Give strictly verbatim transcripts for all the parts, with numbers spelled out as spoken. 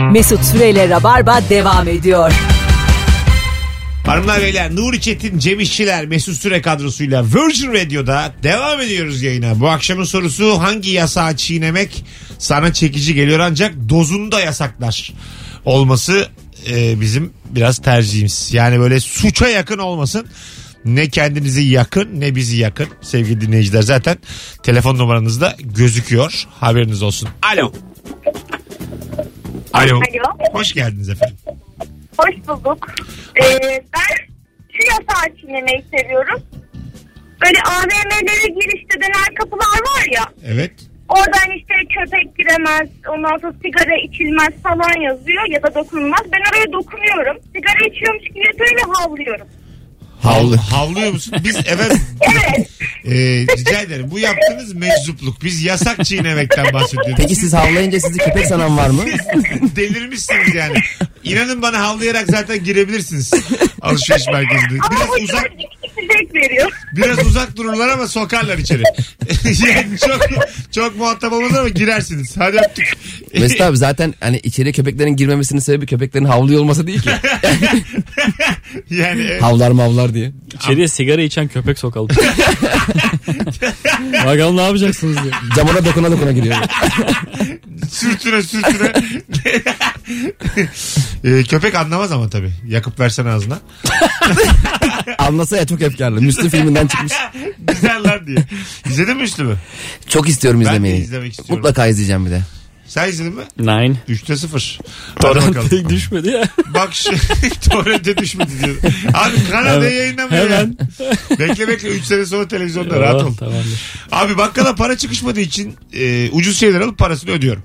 Mesut Süreyle Rabarba devam ediyor. Hanımlar beyler, Nuri Çetin, Cem İşçiler, Mesut Süre kadrosuyla Virgin Radio'da devam ediyoruz yayına. Bu akşamın sorusu, hangi yasağı çiğnemek sana çekici geliyor, ancak dozunda yasaklar olması e, bizim biraz tercihimiz. Yani böyle suça yakın olmasın. Ne kendinizi yakın ne bizi yakın. Sevgili dinleyiciler, zaten telefon numaranızda gözüküyor. Haberiniz olsun. Alo. Alo. Alo. Hoş geldiniz efendim. Hoş bulduk. Ee, ben şu yasağı çiğnemeyi seviyorum. Böyle A V M'lere girişte döner kapılar var ya. Evet. Oradan işte köpek giremez, ondan sonra sigara içilmez falan yazıyor ya da dokunulmaz. Ben oraya dokunuyorum. Sigara içiyormuş gibi böyle havlıyorum. Havlu. Havlıyor musun? Biz efendim. Evet. e, rica ederim. Bu yaptığınız meczupluk. Biz yasak çiğnemekten bahsediyoruz. Peki siz havlayınca sizi köpek sanan var mı? Delirmişsiniz yani. İnanın bana, havlayarak zaten girebilirsiniz alışveriş merkezine. Ama Biraz bu uzak, çocuk veriyor. biraz uzak dururlar ama sokarlar içeri. Yani çok çok muhatap olmaz ama girersiniz. Hadi öptük. Mesut abi, zaten hani içeriye köpeklerin girmemesinin sebebi köpeklerin havlıyor olması değil ki. Yani evet. Havlar mavlar diye. İçeriye sigara içen köpek sokalım. Bakalım ne yapacaksınız diye. Camına dokuna dokuna giriyor. Sürtüne sürtüne. Ee, köpek anlamaz ama tabii. Yakıp versen ağzına. Anlasa ya, çok efkarlı. Müslüm filminden çıkmış. Güzel lan diye. İzledin mi Müslüm'ü? Çok istiyorum Ben de izlemeyi. izlemek istiyorum. Mutlaka izleyeceğim bir de. Sen izledin mi? Nine. Üçte sıfır. Hadi Torrent'e bakalım. düşmedi ya. Bak şu Torrent'e düşmedi diyor. Abi Kanada'ya yayınlamıyor. Hemen. Ya. Bekle bekle, üç sene sonra televizyonda rahat ol. Tamamdır. Abi bakkala para çıkışmadığı için e, ucuz şeyler alıp parasını ödüyorum.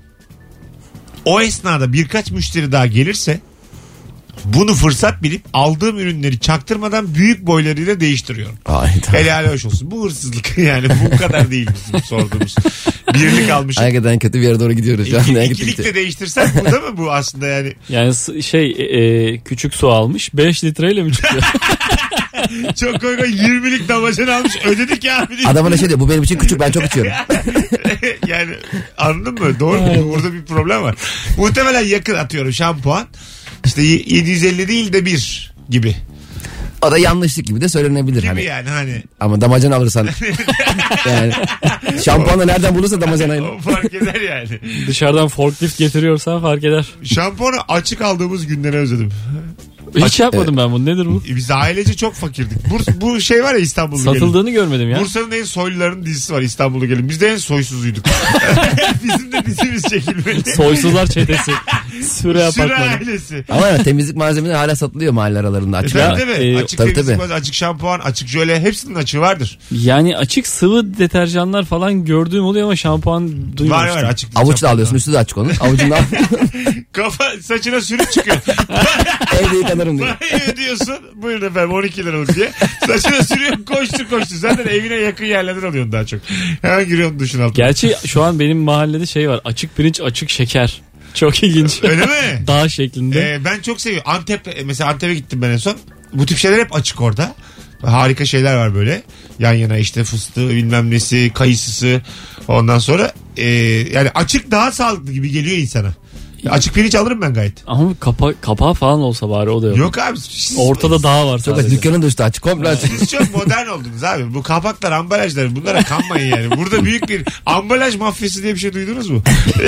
O esnada birkaç müşteri daha gelirse bunu fırsat bilip aldığım ürünleri çaktırmadan büyük boylarıyla değiştiriyorum. Hayda. Helal hoş olsun. Bu hırsızlık yani, bu kadar değil bizim sorduğumuz. Birlik almışım. Hakikaten kötü bir yere doğru gidiyoruz şu anda. İki, Ne ikilik gittik? de değiştirsen bu da mı bu aslında yani? Yani s- şey e, küçük su almış beş litreyle mi çıkıyor? Çok koy koy yirmilik damacana almış, ödedik ya abi. Adamına şey diyor, bu benim için küçük, ben çok içiyorum. Yani anladın mı? Doğru mu? Burada bir problem var. Muhtemelen yakın, atıyorum şampuan. İşte yedi yüz elli değil de bir gibi. O da yanlışlık gibi de söylenebilir. Gibi Hani. yani hani. Ama damacana alırsan. Yani şampuanı nereden bulursa damacanayla. O fark eder yani. Dışarıdan forklift getiriyorsan fark eder. Şampuanı açık aldığımız günleri özledim. Hiç yapmadım ben bunu. Nedir bu? Biz ailece çok fakirdik. Burs, bu şey var ya, İstanbul'da gelin. Satıldığını görmedim ya. Bursa'nın en soylularının dizisi var, İstanbul'da gelin. Biz de en soysuzuyduk. Bizim de dizimiz çekilmeli. Soysuzlar çetesi. Süre Süre apartmanı. ailesi. Ama yani temizlik malzemeleri hala satılıyor mahalle aralarında. Açık. Efendim değil mi? e, açık tabii, temizlik, tabii. açık şampuan, açık jöle, hepsinin açığı vardır. Yani açık sıvı deterjanlar falan gördüğüm oluyor ama şampuan Var duymamıştım. var açık. Avuçla şampuan alıyorsun, var. üstü de açık onun. Avucundan Kafa saçına sürüp çıkıyor. evde yıkanırım diyor. Parayı ödüyorsun. Buyurun efendim on iki liralık diye. Saçına sürüyor, koştur koştur. Zaten evine yakın yerlerden alıyorsun daha çok. Hemen giriyorsun duşun altına. Gerçi şu an benim mahallede şey var. Açık pirinç, açık şeker. Çok ilginç. Öyle mi? Dağ şeklinde. Ee, ben çok seviyorum. Antep, mesela Antep'e gittim ben en son. Bu tip şeyler hep açık orada. Harika şeyler var böyle. Yan yana işte fıstığı, bilmem nesi, kayısısı. Ondan sonra e, yani açık daha sağlıklı gibi geliyor insana. Açık pirinç alırım ben gayet. Ama kapa kapağı falan olsa bari, o da yok. Yok abi. Siz, Ortada dağ var Çok sadece. açık, dükkanın da üstü açık, komple açık. siz çok modern oldunuz abi. Bu kapaklar, ambalajlar, bunlara kanmayın yani. Burada büyük bir ambalaj mafyası diye bir şey duydunuz mu?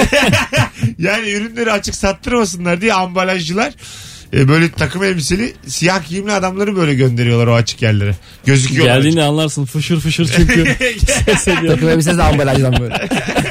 Yani ürünleri açık sattırmasınlar diye ambalajcılar e, böyle takım elbiseli siyah giyimli adamları böyle gönderiyorlar o açık yerlere. Gözüküyorlar. Geldiğinde anlarsın fışır fışır çünkü. Ses ediyor. Takım elbisesi de ambalajdan böyle.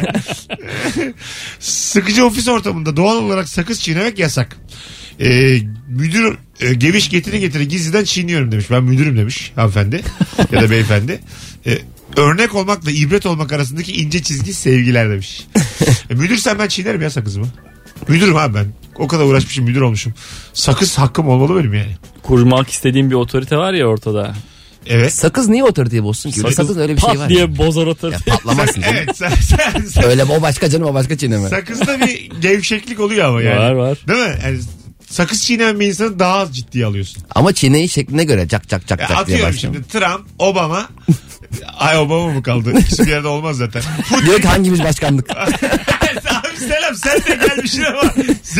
Sıkıcı ofis ortamında doğal olarak sakız çiğnemek yasak. Ee, müdür e, geviş getiri getiri gizliden çiğniyorum demiş. Ben müdürüm demiş hanımefendi ya da beyefendi. Ee, örnek olmakla ibret olmak arasındaki ince çizgi sevgiler demiş. E, müdürsen ben çiğnerim ya sakızımı. Müdürüm abi ben. O kadar uğraşmışım, müdür olmuşum. Sakız hakkım olmalı benim yani. Kurmak istediğim bir otorite var ya ortada. Evet. Sakız niye otoriteyi bozsun ki? Sakız, sakız öyle bir pat şey var. diye Ya. bozar Ya otorite. patlamazsın canım. Evet. Sen, sen, sen, Öyle o başka canım, o başka çiğneme. sakızda bir gevşeklik oluyor ama yani. Var var. Değil mi? Yani sakız çiğneyen bir insanı daha az ciddiye alıyorsun. Ama çiğneyi şekline göre cak cak cak Ya cak diye atıyorum başlıyor. şimdi Trump, Obama. Ay Obama mı kaldı? İkisi bir yerde olmaz zaten. Diyor ki hangimiz başkanlık? Abi selam, sen de gelmişsin ama seni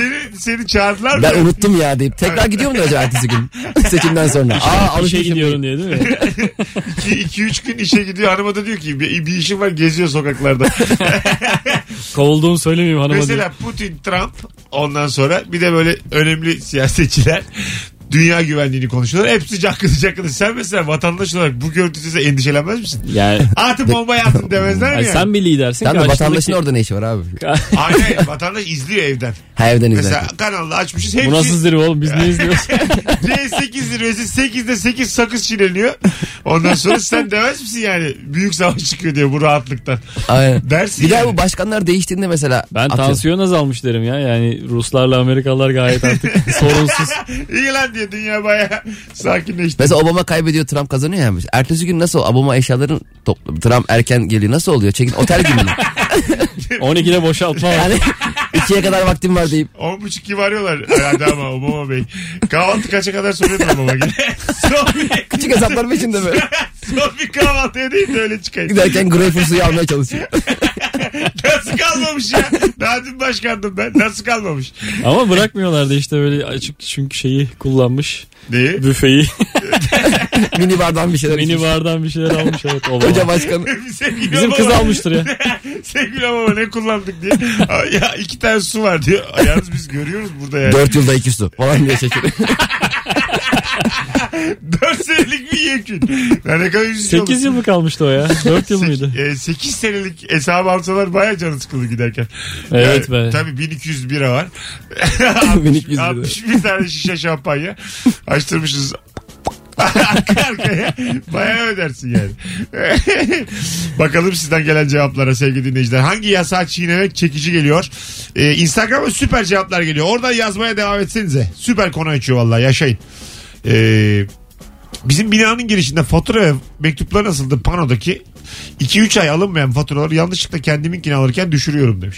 seni çağırdılar mı? Ben unuttum ya deyip tekrar gidiyor mu acaba ertesi gün seçimden sonra? Aa İşe alışmışım. gidiyorum diye değil mi? iki üç gün işe gidiyor. Hanıma da diyor ki bir, bir işim var, geziyor sokaklarda. Kovulduğumu söylemeyeyim hanıma diye. Mesela Putin, Trump, ondan sonra bir de böyle önemli siyasetçiler dünya güvenliğini konuşuyorlar. Hepsi cakıdı cakıdı. Sen mesela vatandaş olarak bu görüntüsüze endişelenmez misin? Yani Atın bombayı atın demezler mi yani yani? sen bir lidersin. Tamam da karşındaki- vatandaşın orada ne işi var abi? Aynen, vatandaş izliyor evden. Ha evden Mesela izlerken. kanalda açmışız. Hepsi Bu nasıl zirve oğlum, biz ne izliyoruz? C sekiz zirvesi sekizde sekiz sakız çiğneniyor. Ondan sonra sen demez misin yani büyük savaş çıkıyor diye bu rahatlıktan. Aynen. Dersin Bir daha yani. bu başkanlar değiştiğinde mesela. Ben atıyorum. tansiyon azalmış derim ya. Yani Ruslarla Amerikalılar gayet artık sorunsuz. İyi lan diye dünya bayağı sakinleşti. Mesela Obama kaybediyor, Trump kazanıyor ya. Ertesi gün nasıl Obama eşyaların toplu, Trump erken geliyor, nasıl oluyor? Çekin otel günü. on ikide boşaltma var. Yani ikiye kadar vaktim var deyip. On buçuk gibi arıyorlar herhalde ama Obama Bey. Kahvaltı kaça kadar soruyordur Obama gibi. Son bir, Küçük hesaplar peşinde böyle. son bir kahvaltı edeyim de öyle çıkayım. Giderken greyfurt suyu almaya çalışıyor. Nasıl kalmamış ya? Daha dün başkandım ben. Nasıl kalmamış? Ama bırakmıyorlardı işte böyle açık, çünkü şeyi kullanmış. Neyi? Büfeyi. Mini bardan bir şeyler Mini içmiş. bardan bir şeyler almış, evet. Obama. Hoca başkanı. Sevgili Bizim Obama- kız almıştır ya. Sevgili Obama ne kullandık diye. Ya iki tane su var diyor. Yalnız biz görüyoruz burada yani. Dört yılda iki su falan diye şaşırıyor. Dört senelik bir yekün. Ya ne kadar üzücü olur. sekiz yıl mı kalmıştı o ya? dört yıl mıydı? E, sekiz senelik hesabı alsalar baya canı sıkıldı giderken. Evet be. Tabii bin iki yüz bira var. bin iki yüz bira. altmış bir tane şişe şampanya. Açtırmışız. Arka arkaya bayağı ödersin yani. Bakalım sizden gelen cevaplara sevgili dinleyiciler. Hangi yasağı çiğnemek çekici geliyor? Ee, Instagram'a süper cevaplar geliyor. Oradan yazmaya devam etsenize. Süper konu açıyor vallahi, yaşayın. Ee, bizim binanın girişinde fatura ve mektuplar nasıldı panodaki? iki üç ay alınmayan faturaları yanlışlıkla kendiminkini alırken düşürüyorum demiş.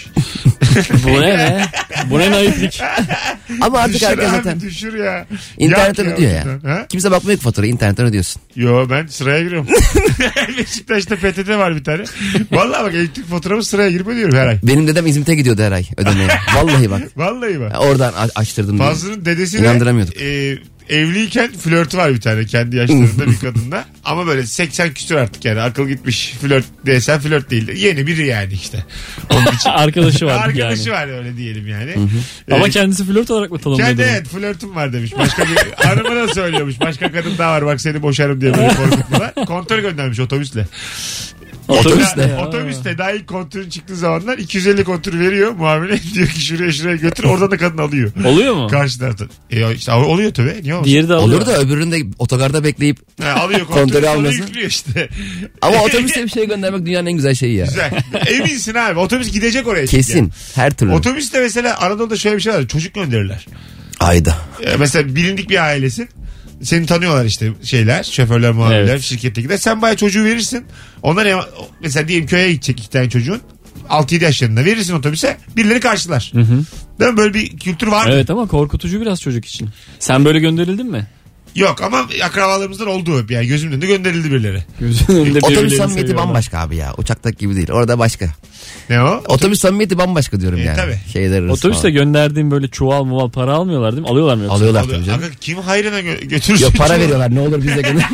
Bu ne be? Bu ne naiflik? Ama artık Düşür herkes abi, zaten düşür ya. internetten Yak ödüyor ya. bundan, ha? Kimse bakmıyor ki faturayı, internetten ödüyorsun. Yo, ben sıraya giriyorum. Beşiktaş'ta P T T var bir tane. Vallahi bak, elektrik faturamı sıraya girip ödüyorum her ay. Benim dedem İzmit'e gidiyordu her ay ödemeye. Vallahi bak. Vallahi bak. Oradan a- açtırdım diye. Fazlı'nın dedesi de İnandıramıyorduk. e, evliyken flörtü var bir tane kendi yaşlarında bir kadınla. Ama böyle seksen küsur artık yani, akıl gitmiş. Flört desen flört değil. Yeni biri yani işte. Onun için. Arkadaşı var Arkadaşı yani. var öyle diyelim yani. Ama Ee, kendisi flört olarak mı tanımlıyordu? kendi bunu? evet flörtüm var demiş. Başka bir hanıma da söylüyormuş. Başka kadın daha var, bak seni boşarım diye böyle korkuttular. Kontör göndermiş otobüsle. Otobüsle. Ya, otobüste daha ilk kontörün çıktığı zamanlar iki yüz elli kontür veriyor muamele. Diyor ki şuraya şuraya götür, oradan da kadın alıyor. Oluyor mu? Karşı taraftan. E, işte oluyor tabii. Niye olmasın? Diğeri de alıyor. E, Olur da öbüründe otogarda bekleyip Ha, alıyor Kontörü kontörü, sonra almasın. yüklüyor işte. ama otobüste bir şey göndermek dünyanın en güzel şeyi ya. Güzel. Eminsin abi, otobüs gidecek oraya. Kesin. Yani. Her türlü. Otobüste mesela Anadolu'da şöyle bir şey var. Çocuk gönderirler. Ayda. E, mesela bilindik bir ailesin. Seni tanıyorlar işte şeyler, şoförler, muavinler, Evet. şirkettekiler. Sen bayağı çocuğu verirsin. Onlar ema- mesela diyelim köye gidecek iki tane çocuğun. altı yedi yaşlarında verirsin otobüse, birileri karşılar. Hı hı. Değil mi? Böyle bir kültür var mı? Evet ama korkutucu biraz çocuk için. Sen böyle gönderildin mi? Yok ama akrabalarımızdan oldu hep yani, gözümün önünde gönderildi birileri. Gözünün önünde Otobüs birbirlerini samimiyeti seviyorlar. bambaşka abi ya. Uçaktaki gibi değil. Orada başka. Ne o? Otobüs samimiyeti bambaşka diyorum E, yani. tabii. Şeyler arası Otobüste falan. gönderdiğin böyle çuval muval para almıyorlar değil mi? Alıyorlar mı yoksa? Alıyorlar Alıyor. tabii canım. Aga, kim hayrına gö- götürürsün? Yok para veriyorlar, ne olur bize gönder.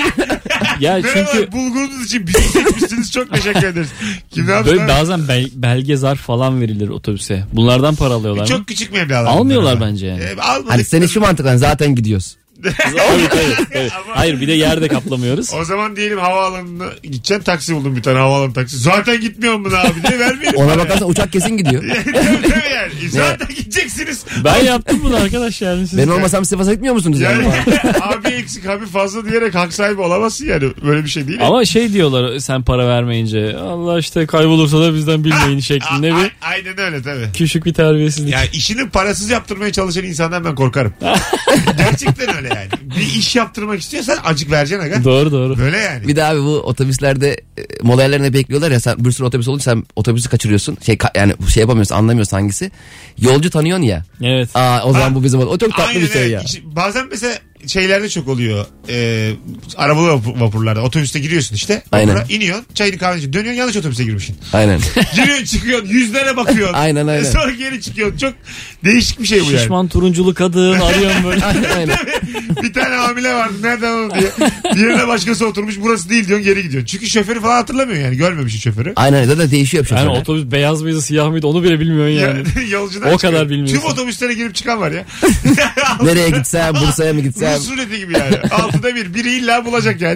Ya Merhaba, çünkü bulgurunuz için bizi seçmişsiniz, çok teşekkür ederiz. Kim ne yapsın? böyle abi? bazen bel- belge zarf falan verilir otobüse. Bunlardan para alıyorlar mı? Çok küçük meblağlar. Almıyorlar bunlar. bence yani. E, almadık. Hani senin şu mantıkla zaten gidiyoruz. Tabii, tabii, tabii. Hayır bir de yerde kaplamıyoruz. O zaman diyelim havaalanına gideceksin, taksi buldum bir tane havaalanı taksi. Zaten gitmiyorum bunu abi diye vermeyelim. Ona bana. bakarsan uçak kesin gidiyor. Tabii, tabii yani. Zaten gideceksiniz. Ben yaptım bunu arkadaş yani. Siz Ben olmasam Sivas'a gitmiyor musunuz yani? Yani abi eksik abi fazla diyerek hak sahibi olamazsın yani. Böyle bir şey değil. Ama şey diyorlar sen para vermeyince. Allah işte kaybolursa da bizden bilmeyin şeklinde A- bir a- Aynen öyle tabii. küçük bir terbiyesizlik. Yani işini parasız yaptırmaya çalışan insandan ben korkarım. Gerçekten öyle yani. Bir iş yaptırmak istiyorsan acık vereceksin aga. Doğru doğru. Böyle yani. Bir de abi bu otobüslerde e, mola yerlerine bekliyorlar ya, sen bir sürü otobüs olunca sen otobüsü kaçırıyorsun. Şey ka- yani şey yapamıyorsun, anlamıyorsun hangisi. Yolcu tanıyorsun ya. Evet. Aa o zaman Ha. bu bizim o çok tatlı Aynen bir şey öyle. ya. İşte bazen mesela şeylerde çok oluyor. Ee, arabalı vapur- vapurlarda. Otobüste giriyorsun işte. Vapura, Aynen. iniyorsun. Çayını kahveni içiyorsun. Dönüyorsun, yanlış otobüse girmişsin. Aynen. Giriyorsun çıkıyorsun. Yüzlere bakıyorsun. Aynen, aynen. Sonra geri çıkıyorsun. Çok değişik bir şey bu yani. Şişman turunculu kadın arıyorum böyle. Aynen. Bir tane hamile vardı. Nereden o diye. Diğerine başkası oturmuş. Burası değil diyorsun, geri gidiyorsun. Çünkü şoförü falan hatırlamıyorsun yani. Görmemişsin şoförü. Aynen, zaten değişiyor şoförler. Yani otobüs beyaz mıydı siyah mıydı onu bile bilmiyorsun yani. Ya, yolcudan O çıkıyor. kadar bilmiyorsun. Tüm otobüslere girip çıkan var ya. Nereye gitsem, Bursa'ya mı gitsem? Rus ruleti gibi yani. Altıda bir. Biri illa bulacak yani.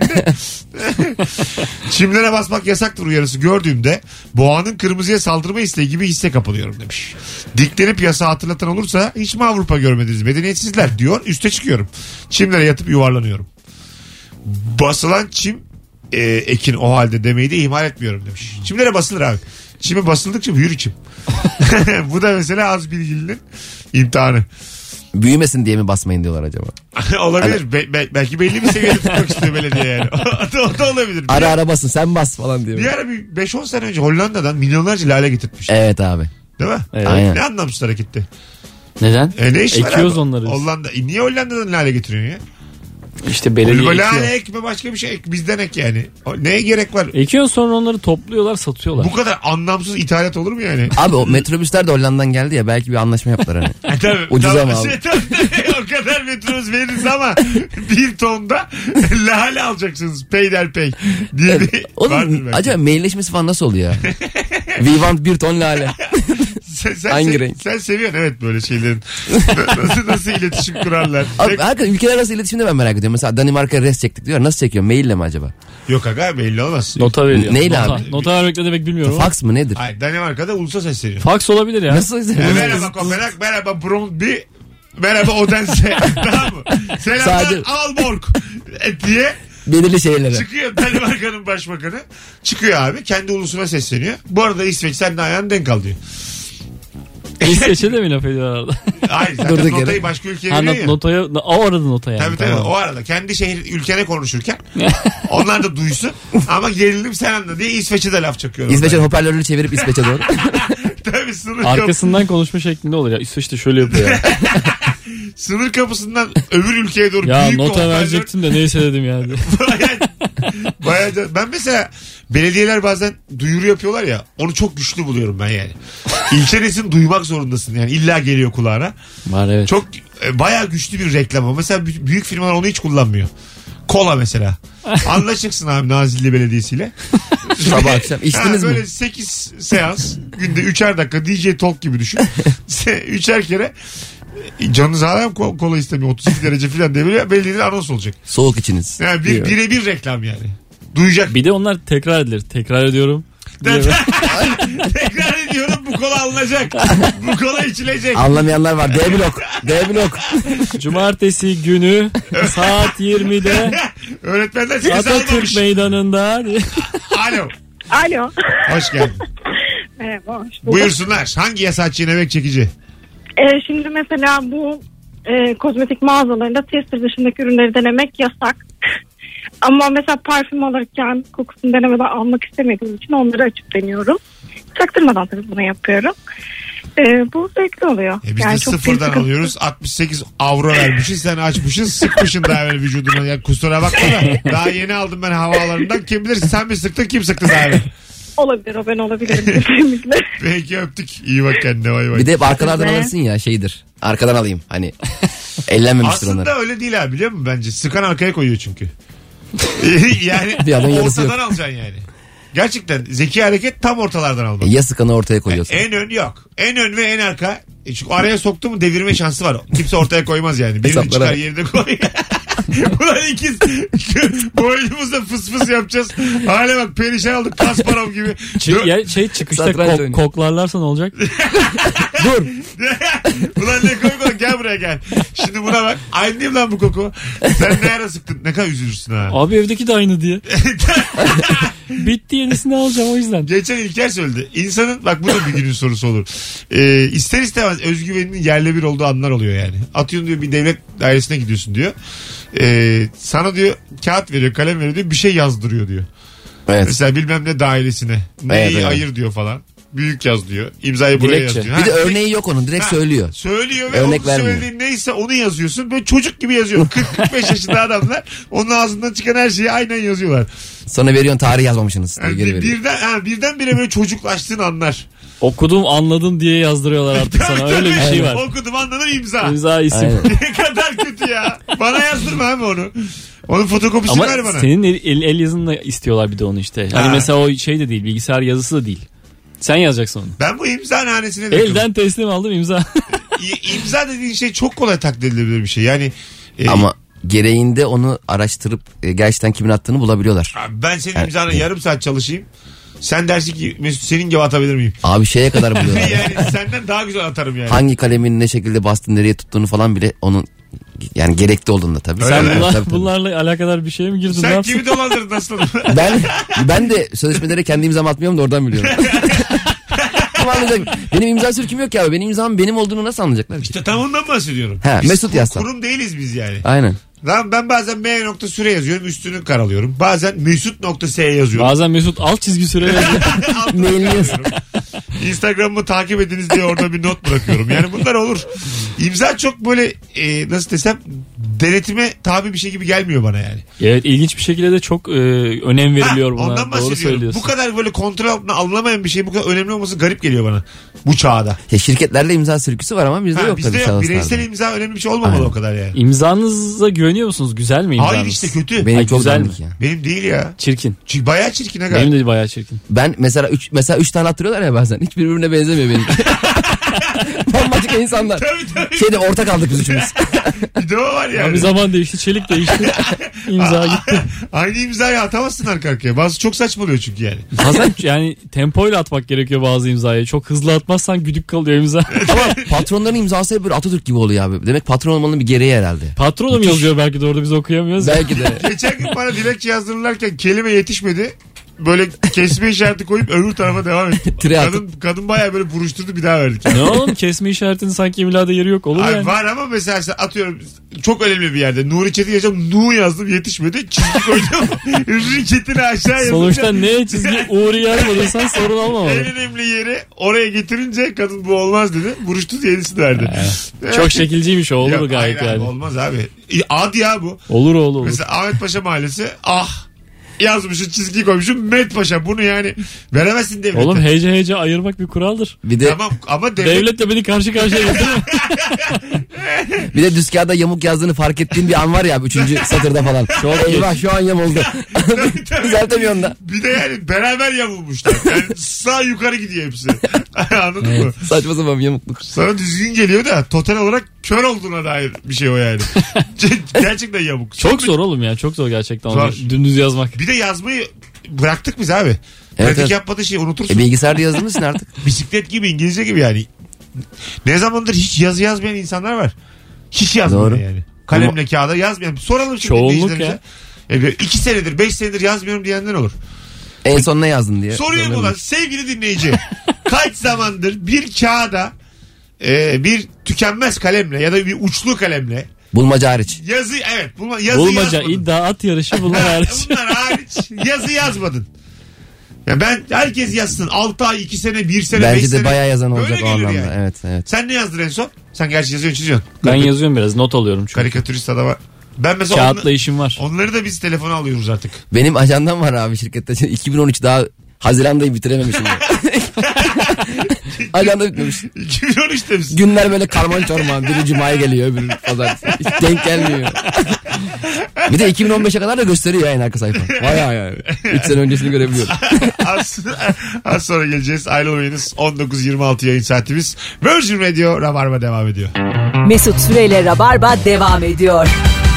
Çimlere basmak yasaktır uyarısı gördüğümde boğanın kırmızıya saldırma isteği gibi hisse kapılıyorum demiş. Diklenip yasa hatırlatan olursa hiç mi Avrupa görmediniz medeniyetsizler diyor, üste çıkıyorum. Çimlere yatıp yuvarlanıyorum. Basılan çim e, ekin o halde demeyi de ihmal etmiyorum demiş. Çimlere basılır abi. Çime basıldıkça büyür içim. Bu da mesela az bilgilinin imtihanı. Büyümesin diye mi basmayın diyorlar acaba? Olabilir. Be- be- belki belli bir seviyede tutmak istiyor belediye yani. o, da, o da olabilir. Ara ara basın, sen bas falan diyor. Bir ara bir beş on sene önce Hollanda'dan milyonlarca lale getirtmiş. Evet abi. Değil mi? Evet. Aynen. Ne anlamsız hareketti. Neden? E ne iş var Ekiyoruz abi? onları biz. Hollanda. E niye Hollanda'dan lale getiriyorsun ya? İşte belediye Kulübe ekiyor. lale ekme, başka bir şey ek. Bizden ek yani. O, neye gerek var? Ekiyorsun sonra onları topluyorlar satıyorlar. Bu kadar anlamsız ithalat olur mu yani? Abi o metrobüsler de Hollanda'dan geldi ya, belki bir anlaşma yaptılar hani. E, tabii, Ucuz tabii, ama abi. şey, tabii, tabii, o kadar metrobüs veririz ama bir tonda lale alacaksınız. Peyderpey diye bir vardır Oğlum belki. acaba mailleşmesi falan nasıl oluyor ya? We want bir ton lale. Sen, sen, Hangi sen, renk? sen seviyorsun evet böyle şeylerin. nasıl nasıl iletişim kurarlar. Abi Tek- hakikaten ülkeler arası iletişimde ben merak ediyorum. Mesela Danimarka'ya res çektik diyor. Nasıl çekiyor? Maille mi acaba? Yok aga belli olmaz. Nota veriyor. Neyle Nota. abi? Nota vermek ne demek bilmiyorum ama. Fax mı nedir? Hayır Danimarka'da ulusa sesleniyor. Fax olabilir ya. Nasıl? E, merhaba Kopenhag, merhaba Brøndby, merhaba Odense. Tamam mı? Selamlar Sadece- Aalborg e, diye Belirli şeylere. çıkıyor Danimarka'nın başbakanı. Çıkıyor abi kendi ulusuna sesleniyor. Bu arada İsveç sen de ayağını denk al diyor. İsveç'e de mi laf ediyor arada? Hayır zaten Durduk yere. notayı başka ülkeye Ha, veriyor not- ya. notaya, o arada nota yani. Tabii tabii Tamam. o arada kendi şehir ülkene konuşurken onlar da duysun ama gerilim sen anla diye İsveç'e de laf çakıyor. İsveç'in hoparlörünü çevirip İsveç'e doğru. Tabii sınır, kapı, Arkasından konuşma şeklinde olur ya. İsveç'te şöyle yapıyor ya. sınır kapısından öbür ülkeye doğru ya büyük bir nota hoparlör- verecektim de neyse dedim yani. Bayağı, bayağı can- ben mesela belediyeler bazen duyuru yapıyorlar ya onu çok güçlü buluyorum ben yani. İlçenesin duymak zorundasın yani illa geliyor kulağına. Var evet. Çok e, bayağı güçlü bir reklam ama mesela b- büyük firmalar onu hiç kullanmıyor. Kola mesela. Anlaşırsın abi Nazilli Belediyesi'yle. Sabah akşam. İçtiniz Ha, mi? böyle sekiz seans günde üçer dakika D J Talk gibi düşün. Üçer kere e, canınız hala mı ko- kola istemiyor otuz iki derece falan diye böyle belediyede anons olacak. Soğuk içiniz. Yani bir, Diyor. birebir reklam yani. Duyacak. Bir de onlar tekrar edilir. Tekrar ediyorum. diye. Tekrar ediyorum bu kola alınacak. Bu kola içilecek. Anlamayanlar var. D blok. D blok. Cumartesi günü saat yirmide Öğretmenler seni Atatürk salmamış. Meydanı'nda. Alo. Alo. Hoş geldin. Merhaba. hoş bulduk. Buyursunlar. Hangi yasak çiğnemek çekici? Ee, şimdi mesela bu e, kozmetik mağazalarında tester dışındaki ürünleri denemek yasak. Ama mesela parfüm alırken kokusunu denemeden almak istemediğim için onları açıp deniyorum. Çaktırmadan tabii bunu yapıyorum. Ee, bu zevkli oluyor. E biz Yani de çok bir sıfırdan sıkıntı- alıyoruz. altmış sekiz avro vermişiz. Sen açmışsın sıkmışsın daha evvel vücuduna. Yani kusura bakma da daha yeni aldım ben havaalanından. Kim bilir sen mi sıktın kim sıktı daha evvel. Olabilir o ben olabilirim kesinlikle. Peki öptük. İyi bak kendine vay vay. Bir de hep arkalardan Evet. alırsın ya şeydir. Arkadan alayım. Hani ellenmemiştir onlar. Aslında öyle değil abi biliyor musun bence? Sıkan arkaya koyuyor çünkü. yani Bir adamın yarısı ortadan yok. alacaksın yani. Gerçekten zeki hareket tam ortalardan almak. Ya sıkanı ortaya koyuyorsun. En ön yok. En ön ve en arka. E çünkü araya soktu mu devirme şansı var. Kimse ortaya koymaz yani. Birini Hesaplara çıkar bak. yerine koy. Ulan ikiz boynumuzda fıs fıs yapacağız. Hale bak perişan olduk Kasparov gibi. Çık, ya, şey çıkışta Satranç kok- oynuyor. koklarlarsa ne olacak? Dur. Ulan ne koy koy gel buraya gel. Şimdi buna bak. Aynı değil mi lan bu koku? Sen ne ara sıktın? Ne kadar üzülürsün ha. Abi evdeki de aynı diye. Bitti yenisini alacağım o yüzden. Geçen İlker söyledi. İnsanın bak bu da bir günün sorusu olur. Ee, ister istemez özgüveninin yerle bir olduğu anlar oluyor yani. Atıyorsun diyor bir devlet dairesine gidiyorsun diyor. Ee, sana diyor kağıt veriyor kalem veriyor diyor bir şey yazdırıyor diyor. Evet. Mesela bilmem ne dairesine. Neyi Evet, evet. ayır diyor falan. büyük yaz diyor. İmzayı buraya Dilekçe. yaz diyor. Bir de Ha, örneği yok onun. Direkt ha, söylüyor. Söylüyor ve Örnek onun vermiyor. söylediğin neyse onu yazıyorsun. Böyle çocuk gibi yazıyor. kırk kırk beş yaşında adamlar onun ağzından çıkan her şeyi aynen yazıyorlar. Sonra veriyorsun tarih yazmamışsınız diye Yani geri bir- veriyor. birden, ha, birdenbire böyle çocuklaştığını anlar. Okudum anladın diye yazdırıyorlar artık sana. Öyle bir şey var. Okudum anladım imza. İmza isim. Aynen. Ne kadar kötü ya. Bana yazdırma abi onu. Onun fotokopisini Ama ver bana. senin el, el, el yazınla istiyorlar bir de onu işte. Hani Ha. mesela o şey de değil, bilgisayar yazısı da değil. Sen yazacaksın onu. Ben bu imza nanesine de Elden teslim aldım imza. İ- İmza dediğin şey çok kolay taklit edilebilir bir şey. Yani e, Ama gereğinde onu araştırıp e, gerçekten kimin attığını bulabiliyorlar. abi ben senin Yani- imzana yarım saat çalışayım. Sen dersin ki Mesut senin gibi atabilir miyim? Abi şeye kadar buluyorlar. Yani senden daha güzel atarım yani. Hangi kalemin ne şekilde bastın, nereye tuttuğunu falan bile onun yani gerekli olduğunda tabii. Öyle Sen mi? bunlar, Tabii, tabii. bunlarla alakadar bir şeye mi girdin? Ne Sen yaptın? kimi dolandırdın aslanım? Ben ben de sözleşmelere kendi imzamı atmıyorum da oradan biliyorum. Ama anlayacak. Benim imza sürküm yok ya abi. Benim imzam benim olduğunu nasıl anlayacaklar? İşte tam ondan bahsediyorum. Ha, Biz Mesut kur- yazsan. Kurum değiliz biz yani. Aynen. Lan ben bazen M nokta süre yazıyorum üstünü karalıyorum. Bazen Mesut nokta S yazıyorum. Bazen Mesut alt çizgi süre yazıyor. Altına Mailini yaz. karılıyorum. Instagram'ımı takip ediniz diye orada bir not bırakıyorum. Yani bunlar olur. İmza çok böyle e, nasıl desem denetime tabi bir şey gibi gelmiyor bana yani. Evet, ilginç bir şekilde de çok e, önem veriliyor Ha, buna. ondan Doğru bahsediyorum. söylüyorsun. Bu kadar böyle kontrol altına alınamayan bir şey bu kadar önemli olması garip geliyor bana. Bu çağda. Ya şirketlerle imza sürküsü var ama bizde Ha, yok bizde tabii yok. şahıslarda. Bireysel imza önemli bir şey olmamalı Aynen. o kadar yani. İmzanıza güveniyor musunuz? Güzel mi imzanız? Hayır işte kötü. Benim Ay, çok güzel dandik mi? ya. Benim değil ya. Çirkin. Çünkü bayağı çirkin aga. Benim de bayağı çirkin. Ben mesela üç, mesela üç tane attırıyorlar ya bazen. Hiç birbirine benzemiyor benim. Bambaşka insanlar. Tabii tabii. Şeyde ortak aldık biz üçümüz. Bir de o var yani. Abi zaman değişti, çelik değişti. İmza gitti. Aynı imzayı atamazsın arka arkaya. Bazı çok saçmalıyor çünkü yani. Bazen yani tempoyla atmak gerekiyor bazı imzayı. Çok hızlı atmazsan güdük kalıyor imza. Ama patronların imzası hep böyle Atatürk gibi oluyor abi. Demek patron olmanın bir gereği herhalde. Patronum yazıyor belki de orada biz okuyamıyoruz. Belki de. Geçen gün bana dilekçe yazdırırlarken kelime yetişmedi. Böyle kesme işareti koyup öbür tarafa devam ettim. Tire atıp. Kadın, kadın bayağı böyle buruşturdu bir daha verdik. Ne oğlum, kesme işaretinin sanki imlada yeri yok olur Ay, yani. var ama mesela sen atıyorum çok önemli bir yerde. Nuri Çetin yazacağım. Nu yazdım yetişmedi. Çizgi koydum. Nuri Çetin'i aşağı yazınca. Sonuçta ne çizgi uğru yazmadıysan sorun En olmamalı. önemli yeri oraya getirince kadın bu olmaz dedi. Buruştu yenisini verdi. Çok şekilciymiş o, olur Yok, gayet hayır abi, yani. olmaz abi. Ad ya bu. Olur oğlum olur. Mesela Ahmet Paşa Mahallesi ah yazmışsın çizgi koymuşsun Met Paşa bunu yani veremezsin devlete. Oğlum hece hece ayırmak bir kuraldır. Bir de Tamam ama devlet, Devletle beni karşı karşıya getirme. bir de düz kağıda yamuk yazdığını fark ettiğin bir an var ya abi, üçüncü satırda falan. Çok eyvah şu an yamuldu. Düzeltemiyorsun da. bir de yani beraber yamulmuşlar. Yani sağ yukarı gidiyor hepsi. Anladın mı? Saçma sapan bir yamukluk. Sana düzgün geliyor da total olarak kör olduğuna dair bir şey o yani. Gerçekten yamuk. Çok zor oğlum ya, çok zor gerçekten. Zor. Onu dümdüz yazmak. Bir de yazmayı bıraktık biz abi. Evet, Pratik evet. yapmadığı şeyi unutursun. E bilgisayarda yazdın mısın artık? Bisiklet gibi İngilizce gibi yani. Ne zamandır hiç yazı yazmayan insanlar var. Hiç yazmıyor Doğru. yani. Kalemle kağıda yazmayan. Soralım şimdi Çoğunluk dinleyicilerimize. E, böyle iki senedir beş senedir yazmıyorum diyenler olur. En son ne yazdın diye. Soruyorum Sorulur. ulan sevgili dinleyici. Kaç zamandır bir kağıda e, bir tükenmez kalemle ya da bir uçlu kalemle Bulmaca hariç. yazı evet bulma, yazı Bulmaca, yazmadın. iddia, at yarışı bunlar hariç. Bunlar hariç yazı yazmadın. Ya ben herkes yazsın. altı ay, iki sene, bir sene, beş Bence sene. de bayağı yazan Böyle olacak o gelir anlamda. yani. Evet evet. Sen ne yazdın en son? Sen gerçi yazıyorsun çiziyorsun. Ben yazıyorum biraz, not alıyorum çünkü. Karikatürist adama. Ben mesela Kağıtla onla- işim var. onları da biz telefona alıyoruz artık. Benim ajandam var abi şirkette. iki bin on üç daha Haziran'dayı bitirememişim. Ajanda bitmemiş. iki bin on üçte biz. Günler böyle karman çorman. Biri cumaya geliyor, öbürü pazar. Hiç denk gelmiyor. Bir de iki bin on beşe kadar da gösteriyor yani arka sayfa. Bayağı yani. üç sene öncesini görebiliyorum. az, az sonra geleceğiz. Ayrılmayınız. on dokuz yirmi altı yayın saatimiz. Virgin Radio Rabarba devam ediyor. Mesut Süreyle Rabarba devam ediyor.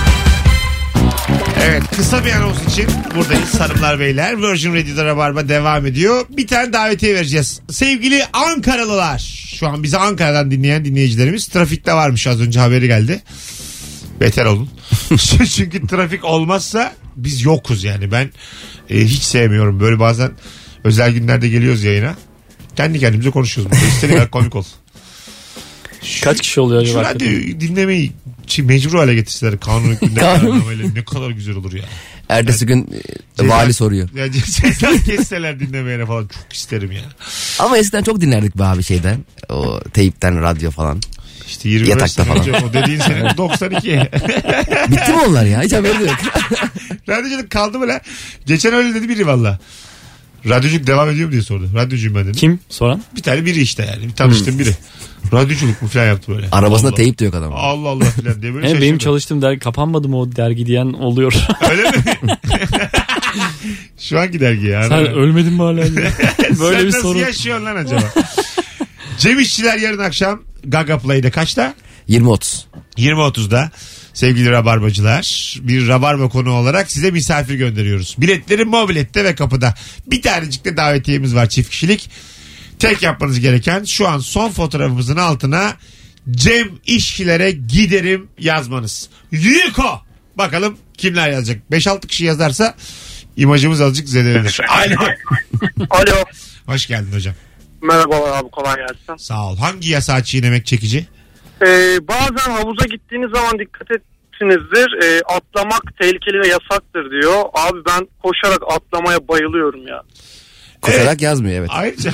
Evet, kısa bir anons için buradayız hanımlar beyler. Virgin Radio'da Rabarba devam ediyor. Bir tane davetiye vereceğiz. Sevgili Ankaralılar. Şu an bizi Ankara'dan dinleyen dinleyicilerimiz. Trafikte varmış, az önce haberi geldi. Beter olun. Çünkü trafik olmazsa biz yokuz yani. Ben e, hiç sevmiyorum. Böyle bazen özel günlerde geliyoruz yayına. Kendi kendimize konuşuyoruz. Burada. İstediğin kadar komik ol. Kaç kişi oluyor Şu acaba? radyoyu dinlemeyi şey, mecbur hale getirseler kanun hükmünde kararnameyle ne kadar güzel olur ya. Ertesi gün e, Ceza- vali soruyor. Ya ceza kesseler dinlemeyene falan çok isterim ya. Ama eskiden çok dinlerdik be abi şeyden. O teyipten radyo falan. İşte yirmi beş Yatakta sene falan. önce o dediğin sene doksan iki. Bitti mi onlar ya? Hiç haberi yok. Radyoculuk kaldı mı lan? Geçen öyle dedi biri valla. Radyoculuk devam ediyor mu diye sordu. Radyocuyum ben dedim. Kim soran? Bir tane biri işte yani. Bir tanıştığım biri. Radyoculuk mu falan yaptı böyle. Arabasında Allah. teyip de yok adam. Allah Allah falan diye böyle He, benim şaşırdım. çalıştığım dergi kapanmadı mı o dergi diyen oluyor. Öyle mi? Şu anki dergi ya. Sen ölmedin mi hala? Böyle Sen bir nasıl sorun. yaşıyorsun lan acaba? Cem İşçiler yarın akşam Gaga Play'de kaçta? yirmi otuz. yirmi otuzda sevgili Rabarbacılar bir Rabarba konu olarak size misafir gönderiyoruz. Biletleri mobilette ve kapıda. Bir tanecik de davetiyemiz var çift kişilik. Tek yapmanız gereken şu an son fotoğrafımızın altına Cem İşçilere giderim yazmanız. Yiko! Bakalım kimler yazacak. beş altı kişi yazarsa imajımız azıcık zedelenir. Alo. Alo. Hoş geldin hocam. Merhabalar abi, kolay gelsin. Sağ ol. Hangi yasağı çiğnemek çekici? Ee, bazen havuza gittiğiniz zaman dikkat etsinizdir. Ee, atlamak tehlikeli ve yasaktır diyor. Abi ben koşarak atlamaya bayılıyorum ya. Koşarak Evet. yazmıyor evet. Ayrıca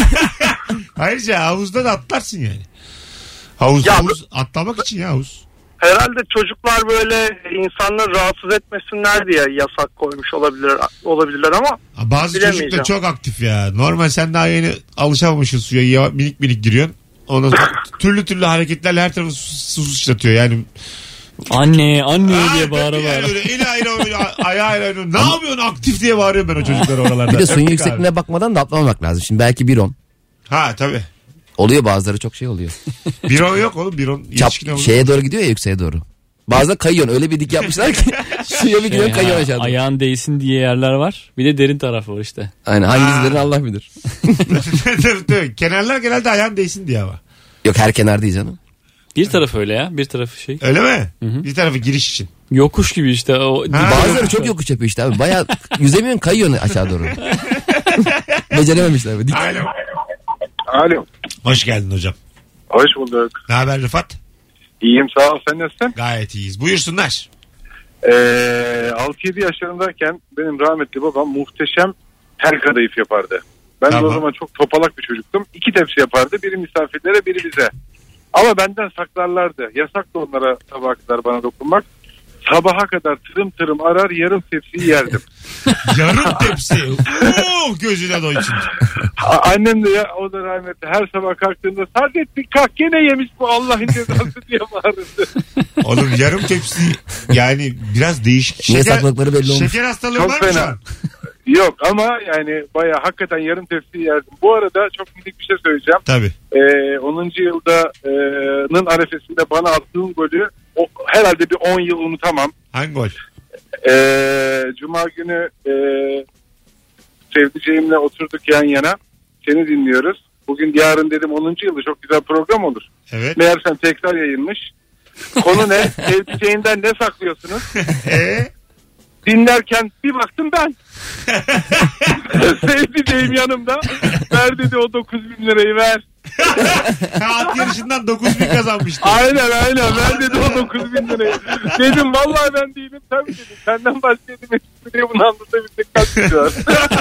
ayrıca havuzda da atlarsın yani. Havuz, Ya havuz atlamak için ya havuz. Herhalde çocuklar böyle insanları rahatsız etmesinler diye yasak koymuş olabilir olabilirler ama Bazı çocuk da bilemeyeceğim. çok aktif ya. Normal sen daha yeni alışamamışsın suya. Ya, minik minik giriyorsun. Ondan sonra türlü türlü hareketlerle her tarafı su, su sıçratıyor. Yani Anne anne Aa, diye bağıra tabii yani bağıra. öyle eli ayrı oynuyor, ayağı ayrı oynuyor. Ne yapıyorsun aktif diye bağırıyorum ben o çocuklara oralarda. Bir de suyun Öptük yüksekliğine abi. bakmadan da atlamamak lazım. Şimdi belki bir on. Ha tabii. Oluyor bazıları çok şey oluyor. Bir on yok oğlum. Bir on Çap, yetişkin olur. şeye doğru gidiyor ya yükseğe doğru. Bazen kayıyorsun öyle bir dik yapmışlar ki suya bir gidiyorsun Şey, kayıyorsun ha, aşağıda. ayağın değsin diye yerler var. Bir de derin tarafı var işte. Aynen hangisilerini Allah bilir. Tabii, tabii. Kenarlar genelde ayağın değsin diye ama. Yok her kenar değil canım. Bir tarafı öyle ya. Bir tarafı şey. Öyle mi? Bir tarafı giriş için. Yokuş gibi işte. O Ha. Bazıları çok yokuş yapıyor işte abi. Bayağı yüzemiyorsun kayıyorsun aşağı doğru. Becerememişler. Dik- Alo. Alo. Hoş geldin hocam. Hoş bulduk. Ne haber Rıfat? İyiyim sağ ol, sen nasılsın? Gayet iyiyiz. Buyursunlar. Ee, altı yedi yaşlarındayken benim rahmetli babam muhteşem tel kadayıf yapardı. Ben Tamam. de o zaman çok topalak bir çocuktum. İki tepsi yapardı. Biri misafirlere, biri bize. Ama benden saklarlardı. Yasaktı onlara sabaha kadar bana dokunmak. Sabaha kadar tırım tırım arar, yarım tepsiyi yerdim. Yarım tepsi. Oo, gözüne doysun. A- Annem de ya, o da rahmetli, her sabah kalktığında Saadettin kalk gene yemiş bu Allah'ın cezası diye bağırırdı. Oğlum yarım tepsi yani biraz değişik. Ne sakladıkları belli olmuş. Şeker hastalığı Çok var mı şu fena. an? Yok ama yani bayağı hakikaten yarım tepsiyi yerdim. Bu arada çok minik bir şey söyleyeceğim. Tabii. Ee, onuncu yıldanın arefesinde bana attığım golü o, herhalde bir on yıl unutamam. Hangi gol? Ee, Cuma günü e, sevdiceğimle oturduk yan yana. Seni dinliyoruz. Bugün yarın dedim onuncu yılı çok güzel program olur. Evet. Meğersem tekrar yayınmış. Konu ne? Sevdiceğinden ne saklıyorsunuz? Eee? Dinlerken bir baktım ben. Sevdiceğim yanımda. Ver dedi o dokuz bin lirayı ver. At yarışından dokuz bin kazanmıştı. Aynen aynen ver dedi o dokuz bin lirayı. Dedim vallahi ben değilim sen mi dedin. Senden başka dedim. Diye bunu anlatabildik kaç kişi var.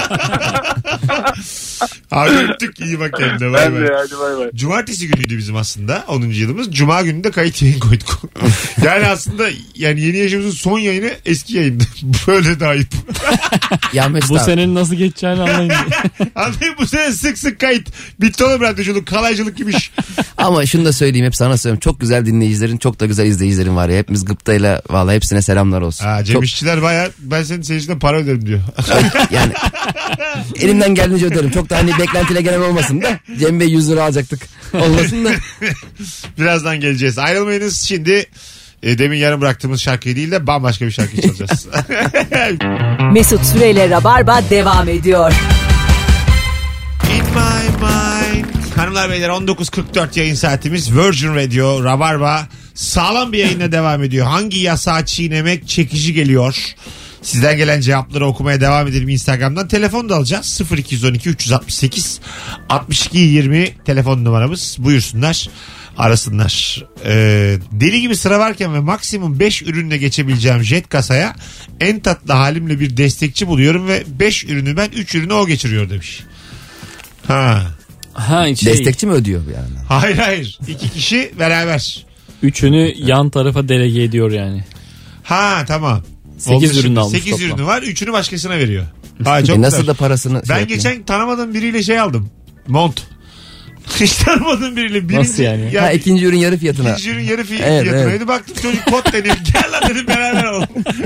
Abi öptük iyi bak kendine. Bay Ben bay. de hadi bay bay. Cumartesi günüydü bizim aslında onuncu yılımız. Cuma günü de kayıt yayın koyduk. Yani aslında yani yeni yaşımızın son yayını eski yayındı. Böyle de ayıp. Ya Mesut Bu abi, senenin nasıl geçeceğini anlayın. Anlayın bu sene sık sık kayıt. Bitti oğlum radyoculuk, kalaycılık gibi iş. ama şunu da söyleyeyim hep sana söylüyorum. Çok güzel dinleyicilerin çok da güzel izleyicilerin var ya. Hepimiz gıptayla vallahi hepsine selamlar olsun. Ha, Cem Çok, İşçiler baya ben senin seyirciden para öderim diyor. yani elimden geldiğince öderim. Çok da hani beklentiyle gelen olmasın da Cem Bey yüz lira alacaktık. Olmasın da. Birazdan geleceğiz. Ayrılmayınız şimdi. E, demin yarım bıraktığımız şarkıyı değil de bambaşka bir şarkı çalacağız. Mesut Süreyle Rabarba devam ediyor. In my mind. Hanımlar beyler on dokuz kırk dört yayın saatimiz Virgin Radio Rabarba sağlam bir yayınla devam ediyor. Hangi yasağı çiğnemek çekici geliyor? Sizden gelen cevapları okumaya devam edelim Instagram'dan. Telefon da alacağız. sıfır iki yüz on iki üç yüz altmış sekiz altmış iki yirmi telefon numaramız. Buyursunlar. Arasınlar. Ee, deli gibi sıra varken ve maksimum beş ürünle geçebileceğim jet kasaya en tatlı halimle bir destekçi buluyorum ve beş ürünü ben, üç ürünü o geçiriyor demiş. Ha. Ha, şey, Destekçi mi ödüyor yani? Hayır hayır. İki kişi beraber. Üçünü yan tarafa delege ediyor yani. Ha tamam. sekiz ürün almış sekiz toplam. ürünü var. üçünü başkasına veriyor. Ha, çok E nasıl güzel. da parasını şey Ben yapıyor? geçen tanımadığım biriyle şey aldım. Mont. Hiç tanımadığım biriyle. Birinci, Nasıl yani? Ha, ikinci ürün yarı fiyatına. İkinci ürün yarı fi- Evet, fiyatına. evet. Baktım çocuk kot deniyor. Gel lan dedim, beraber alalım.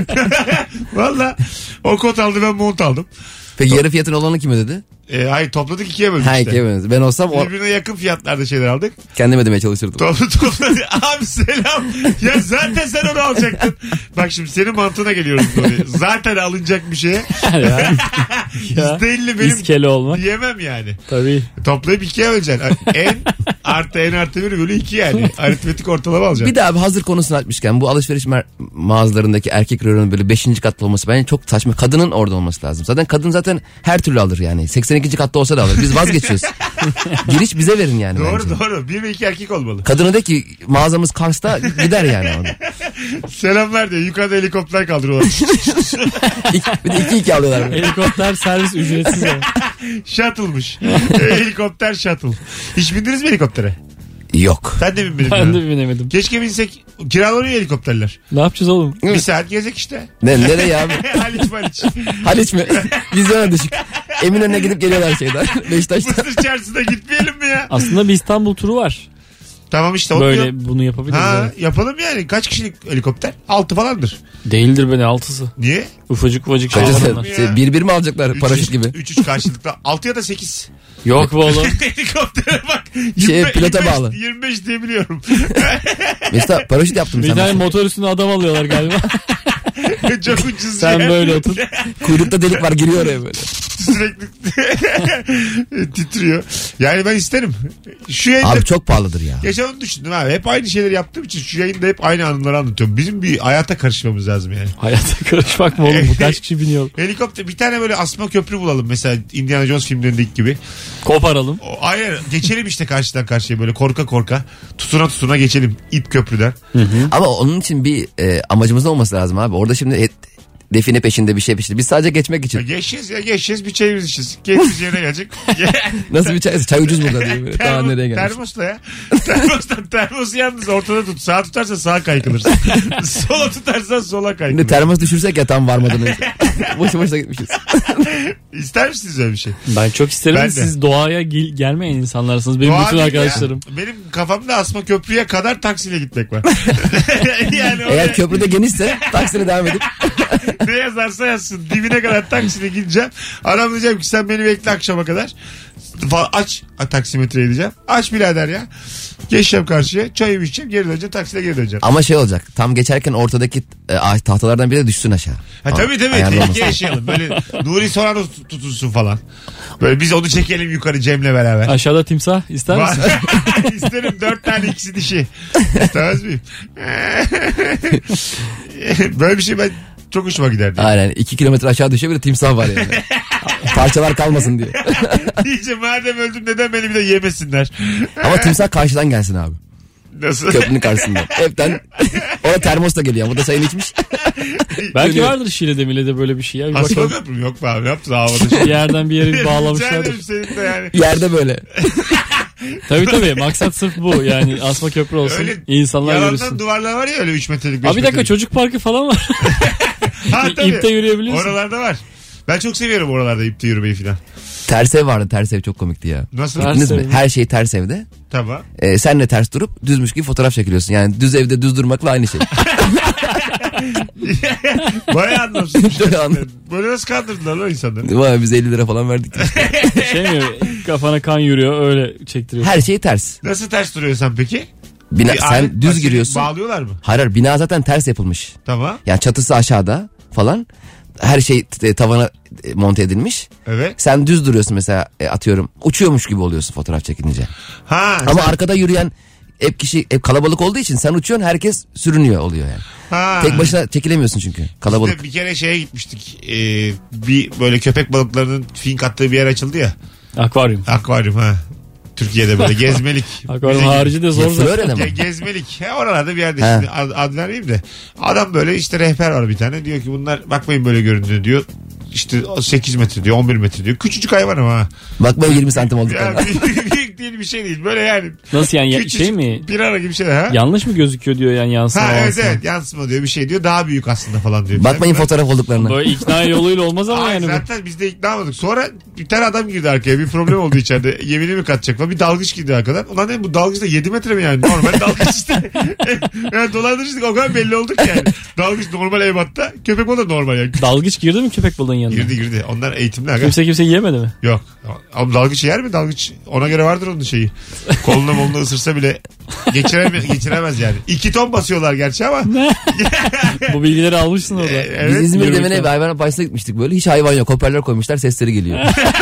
Valla o kot aldı, ben mont aldım. Peki yarı fiyatın olanı kim ödedi? E, hayır, topladık, ikiye böldük Ha işte. ikiye böldünüz. Ben olsam o, Birbirine yakın fiyatlarda şeyler aldık. kendim ödemeye çalışırdım. Toplu toplu. Abi selam. Ya zaten sen onu alacaktın. Bak şimdi senin mantığına geliyoruz. Böyle. Zaten alınacak bir şeye. ya. yüzde elli benim İskele olmak. yemem yani. Tabii. Toplayıp ikiye böleceksin. En artı en artı bir bölü iki yani. Aritmetik ortalama alacaksın. Bir de abi hazır konusunu açmışken bu alışveriş mer- mağazalarındaki erkek reyonunun böyle beşinci katta olması bence çok saçma. Kadının orada olması lazım. Zaten kadın zaten her türlü alır yani. seksen ikinci katta olsa da alır. Biz vazgeçiyoruz. Giriş bize verin yani Doğru bence. doğru. Bir ve iki erkek olmalı. Kadına de ki mağazamız Kars'ta gider yani orada. Selamlar diyor. Yukarıda helikopter kaldırıyorlar. Bir de iki iki alıyorlar. Böyle. Helikopter servis ücretsiz. Yani. Shuttle'mış. E, helikopter shuttle. Hiç bindiniz mi helikoptere? Yok. Sen de binmedin Ben mi? de binemedim. Keşke binsek. Kiralanıyor helikopterler. Ne yapacağız oğlum? Bir saat gezek işte. Ne, nereye abi? Haliç Haliç. Haliç mi? Vizyona düşük. Eminönü'ne gidip geliyorlar şeyden. Beşiktaş'ta. Mısır çarşısına gitmeyelim mi ya? Aslında bir İstanbul turu var. Tamam işte. onu Böyle yap- bunu yapabiliriz. Ha, Evet. yapalım yani. Kaç kişilik helikopter? Altı falandır. Değildir beni altısı. Niye? Ufacık ufacık şeyler Kaçısı? onlar. Ya. Şey, bir bir mi alacaklar paraşüt gibi? Üç üç karşılıklı. Altı ya da sekiz. Yok bu oğlum. Helikoptere bak. Şey, yirmi- pilota yirmi beş bağlı. yirmi beş diye biliyorum. Mesela paraşüt yaptım Bir sen. tane mesela. motor üstüne adam alıyorlar galiba. Çok ucuz. Sen ya. böyle otur. Kuyrukta delik var giriyor oraya böyle. Sürekli titriyor. Yani ben isterim. Şu yayında... Abi çok pahalıdır ya. Geçen onu düşündüm abi. Hep aynı şeyleri yaptığım için şu yayında hep aynı anıları anlatıyorum. Bizim bir hayata karışmamız lazım yani. Hayata karışmak mı oğlum? Bu kaç kişi biniyor? Helikopter, bir tane böyle asma köprü bulalım mesela Indiana Jones filmlerindeki gibi. Koparalım. O, hayır, geçelim işte karşıdan karşıya böyle korka korka tutuna tutuna geçelim ip köprüden. Ama onun için bir e, amacımız olması lazım abi. Orada şimdi et, define peşinde bir şey peşinde. Biz sadece geçmek Ya için. geçeceğiz ya geçeceğiz, bir çayımız içeceğiz. Geçeceğiz, yerine gelecek. Nasıl bir çay? Çay ucuz burada diye böyle. Daha Termo- nereye gelmiş? Termosla ya. Termostan termosu yalnız ortada tut. Sağa tutarsan sağa kaykılırsın. Sola tutarsan sola Şimdi kaykılırsın. termos düşürsek ya tam varmadan önce. Boşu boşuna gitmişiz. İster misiniz öyle bir şey? Ben çok isterim. Ben de. Siz doğaya gel- gelmeyen insanlarsınız. Benim Doğa bütün değil arkadaşlarım. ya. Benim kafamda asma köprüye kadar taksiyle gitmek var. Yani Eğer oraya köprüde genişse taksine devam edip. ne yazarsa yazsın. Dibine kadar taksiyle gideceğim. Adam diyeceğim ki sen beni bekle akşama kadar. Fa- Aç taksimetreyi diyeceğim. Aç birader ya. Geçeceğim karşıya. Çayımı içeceğim. Geri döneceğim. Taksiyle geri döneceğim. Ama şey olacak. Tam geçerken ortadaki e, ağaç tahtalardan biri de düşsün aşağı. Ha, tabii tabii. Ayarlı olması. Tehlike yaşayalım. Böyle Nuri Sorano tut- tutulsun falan. Böyle biz onu çekelim yukarı Cem'le beraber. Aşağıda timsah ister Var. misin? İsterim dört tane ikisi dişi. İstemez miyim? Böyle bir şey ben çok hoşuma giderdi. Aynen. iki kilometre aşağı düşüyor bir de timsah var yani. Parçalar kalmasın diye. İyice madem öldüm neden beni bir de yemesinler? Ama timsah karşıdan gelsin abi. Nasıl? Köprünün karşısında. Hepten o da termos da geliyor. Bu da sayın içmiş. Belki Dönüyor. vardır Şile'de Mile'de böyle bir şey ya. Bir Asma bakalım. köprüm yok be abi, yaptın havada şey. Bir yerden bir yere bir Rica bağlamışlardır. ederim senin de yani. Yerde böyle. Tabii tabii. Maksat sırf bu. Yani asma köprü olsun. Öyle İnsanlar yalandan yürüsün. duvarlar var ya öyle üç metrelik beş Abi bir dakika, metrelik. çocuk parkı falan var. Ha, tabii. İpte yürüyebiliyorsun. Oralarda var. Ben çok seviyorum oralarda ipte yürümeyi falan. Ters ev vardı. Ters ev çok komikti ya. Nasıl? Ters Gittiniz ev mi? mi? Her şey ters evde. Tamam. Ee, sen de ters durup düzmüş gibi fotoğraf çekiliyorsun. Yani düz evde düz durmakla aynı şey. Bayağı anlamsız. Böyle anladım. Böyle nasıl kandırdılar lan insanları? Vay biz elli lira falan verdik. Şey mi? Kafana kan yürüyor öyle çektiriyor. Her şey ters. Nasıl ters duruyorsan peki? Bina, Bir alet sen düz var, seni giriyorsun. Bağlıyorlar mı? Hayır hayır, bina zaten ters yapılmış. Tamam. Yani çatısı aşağıda falan. Her şey t- tavana e, monte edilmiş. Evet. Sen düz duruyorsun mesela e, atıyorum. Uçuyormuş gibi oluyorsun fotoğraf çekilince. Ha. Ama sen- arkada yürüyen hep kişi hep kalabalık olduğu için sen uçuyorsun herkes sürünüyor oluyor yani. ha. Tek başına çekilemiyorsun çünkü kalabalık. Biz de bir kere şeye gitmiştik. Ee, bir böyle köpek balıklarının fink attığı bir yer açıldı ya. Akvaryum. Akvaryum ha. Türkiye'de böyle gezmelik. Bak oğlum harici de zor zaten. Florya'da mı? Ge- gezmelik. He, oralarda bir yerde He. şimdi ad, ad vermeyeyim de. Adam böyle işte rehber var bir tane. Diyor ki bunlar bakmayın böyle göründüğünü diyor. İşte sekiz metre diyor, on bir metre diyor. Küçücük hayvan ama ha. Bak ben yirmi santim Ya, olduklarına. büyük, büyük değil bir şey değil. Böyle yani. Nasıl yani ya- Küçücük şey mi? Pirana gibi şeyler ha. Yanlış mı gözüküyor diyor yani yansıma. Ha evet yansıma. evet yansıma diyor bir şey diyor. Daha büyük aslında falan diyor. Bakmayın Ben- fotoğraf olduklarına. Böyle ikna yoluyla olmaz ama Ay, yani bu. zaten biz de ikna olmadık. Sonra bir tane adam girdi arkaya. Bir problem oldu içeride. Yemini mi katacak falan. Bir dalgıç girdi arkadan. Ulan dedim bu dalgıç da yedi metre mi yani? Normal dalgıç işte. Yani dolandırıcılık o kadar belli olduk yani. Dalgıç normal ebatta. Köpek balığı da normal yani. Dalgıç girdi mi köpek balığın yanına? Girdi girdi. Onlar eğitimli. Aga. Kimse kimse yiyemedi mi? Yok. Ama dalgıç yer mi? Dalgıç ona göre vardır onun şeyi. Koluna moluna ısırsa bile geçiremez, geçiremez yani. İki ton basıyorlar gerçi ama. Bu bilgileri almışsın orada. E, evet. Biz İzmir'de Yürürken. mi ne bir hayvan bahçesine gitmiştik böyle. Hiç hayvan yok. Hoparlör koymuşlar sesleri geliyor.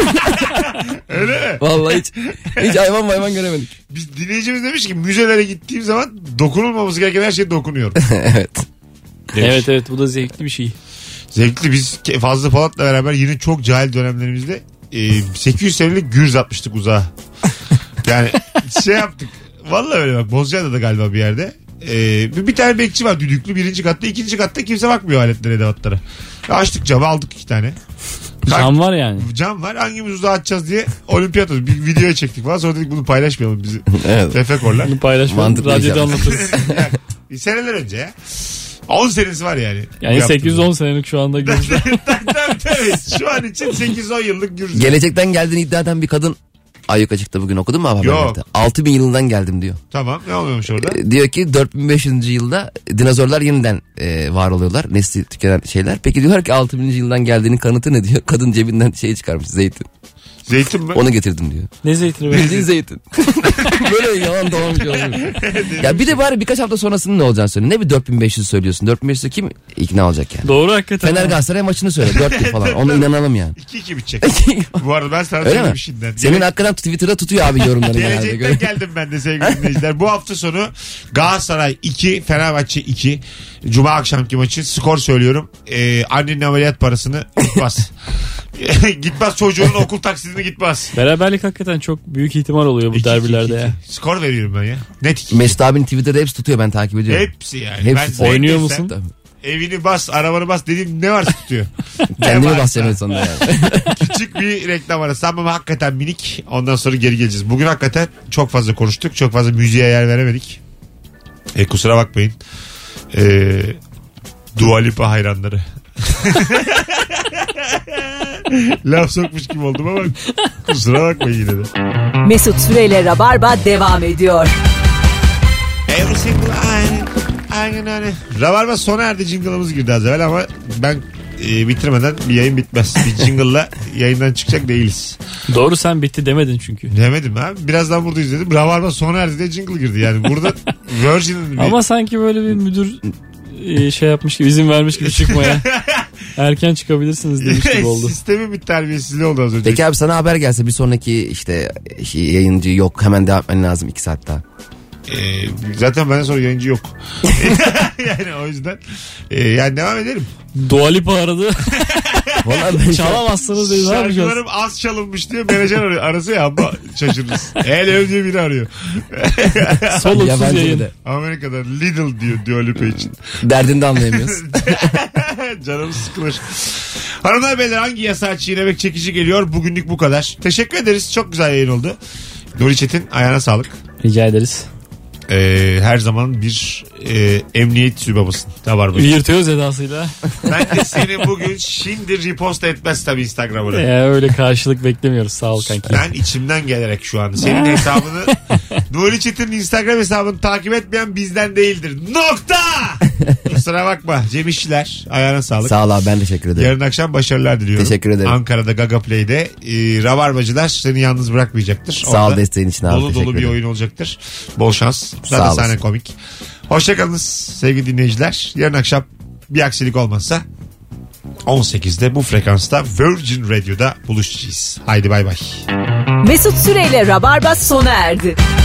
Öyle mi? Vallahi hiç hiç hayvan hayvan göremedik. Biz dinleyicimiz demiş ki müzelere gittiğim zaman dokunulmaması gereken her şeye dokunuyorum. Evet. Evet evet bu da zevkli bir şey. Zevkli biz ke- Fazlı Polat'la beraber yine çok cahil dönemlerimizde e, sekiz yüz senelik gürz atmıştık uzağa. Yani şey yaptık. Vallahi öyle bak Bozcaada'da galiba bir yerde. E, bir, bir tane bekçi var düdüklü birinci katta. İkinci katta kimse bakmıyor aletlere edevatlara. Açtık camı aldık iki tane. Cam var yani. Cam var hangimiz uzağa atacağız diye olimpiyat oldu. Bir videoya çektik falan sonra dedik bunu paylaşmayalım bizi. Evet. Tefekorlar. Bunu paylaşmayalım. Mantıklı Radyoda inşallah. anlatırız. Yani, seneler önce ya. on senesi var yani. Yani Bu sekiz yüz on yaptığımız. senelik şu anda gözde. Tabii tabii. Şu an için sekiz on yıllık gürüz. Gelecekten geldiğini iddia eden bir kadın Ayyuk Açık'ta bugün okudun mu haberlerde? Yok. altı bin yılından geldim diyor. Tamam ne oluyormuş orada? E, diyor ki dört bin beş yüzüncü yılda dinozorlar yeniden e, var oluyorlar. Nesli tükenen şeyler. Peki diyorlar ki altı bininci yıldan geldiğinin kanıtı ne diyor? Kadın cebinden şey çıkarmış zeytin. Zeytin mi? Onu getirdim diyor. Ne zeytini be? Bildiğin zeytin. Böyle yalan dolan bir şey olmuyor. Ya bir de bari birkaç hafta sonrasının ne olacağını söyle. Ne bir dört bin beş yüz söylüyorsun? dört bin beş yüzü kim ikna olacak yani? Doğru hakikaten. Fener Galatasaray maçını söyle. dört bin falan. Ona inanalım yani. iki iki bitecek. Bu arada ben sana Öyle söyleyeyim mi? şimdiden. Senin hakikaten Twitter'da tutuyor abi yorumlarını. genelde. Gelecekten geldim ben de sevgili dinleyiciler. Bu hafta sonu Galatasaray iki, Fenerbahçe iki. Cuma akşamki maçı skor söylüyorum. Ee, annenin ameliyat parasını gitmez. Gitmez çocuğunun okul taksidini gitmez. Beraberlik hakikaten çok büyük ihtimal oluyor bu İki, derbilerde iki, ya. iki. Skor veriyorum ben ya. Net iki. Mesut abinin Twitter'da hepsi tutuyor ben takip ediyorum. Hepsi yani. Hepsi. Ben Oynuyor zevkliysen musun? Evini bas, arabanı bas dediğim ne varsa tutuyor. Ne Kendini varsa. basacağım en sonunda yani. Küçük bir reklam arası ama hakikaten minik. Ondan sonra geri geleceğiz. Bugün hakikaten çok fazla konuştuk. Çok fazla müziğe yer veremedik. E, kusura bakmayın. E, Dua Lipa hayranları. Laf sokmuş gibi oldum ama kusura bakmayın yine de. Mesut Süreyle Rabarba devam ediyor. Every single aynen, aynen aynen. Rabarba sona erdi jingle'ımız girdi az evvel ama ben e, bitirmeden bir yayın bitmez. Bir jingle'la yayından çıkacak değiliz. Doğru sen bitti demedin çünkü. Demedim abi. Birazdan buradayız dedim. Rabarba sona erdi diye jingle girdi. Yani burada Virgin'in bir... Ama sanki böyle bir müdür e, şey yapmış gibi izin vermiş gibi çıkmaya. Erken çıkabilirsiniz demiş gibi oldu. Sistemin bir terbiyesizliği oldu az önce. Peki abi sana haber gelse bir sonraki işte şey, yayıncı yok hemen devam etmen lazım iki saat daha. Ee, zaten benden sonra yayıncı yok. Yani o yüzden e, yani devam edelim. Dua Lipa aradı. Vallahi ben şu an- Çalamazsınız dedi. Ne yapacağız? Şarkılarım az çalınmış diye menajer arıyor. Arası ya ama şaşırırız. El öv diye biri arıyor. Soluksuz Yabancı bir yayın. de. Amerika'da Lidl diyor Dua Lipa için. Derdini de anlayamıyoruz. Canımız sıkılır. Hanımlar beyler hangi yasağı çiğnemek çekici geliyor? Bugünlük bu kadar. Teşekkür ederiz. Çok güzel yayın oldu. Nuri Çetin ayağına sağlık. Rica ederiz. Ee, her zaman bir e, emniyet sübabısın. Da var bu. Virtüöz edasıyla. Ben de seni bugün şimdi repost etmez tabii Instagram'ına. Ya öyle karşılık beklemiyoruz sağ ol kanki. Ben içimden gelerek şu anda senin hesabını Nuri Çetin'in Instagram hesabını takip etmeyen bizden değildir. Nokta! Kusura bakma. Cem İşçiler ayağına sağlık. Sağ ol abi ben teşekkür ederim. Yarın akşam başarılar diliyorum. Teşekkür ederim. Ankara'da Gaga Play'de e, Rabarbacılar seni yalnız bırakmayacaktır. Sağ ol Orada desteğin için abi dolu teşekkür dolu bir ederim. oyun olacaktır. Bol şans. Sağ Zaten olasın. sahne komik. Hoşçakalınız sevgili dinleyiciler. Yarın akşam bir aksilik olmazsa on sekizde bu frekansta Virgin Radio'da buluşacağız. Haydi bay bay. Mesut Süreyle Rabarba sona erdi.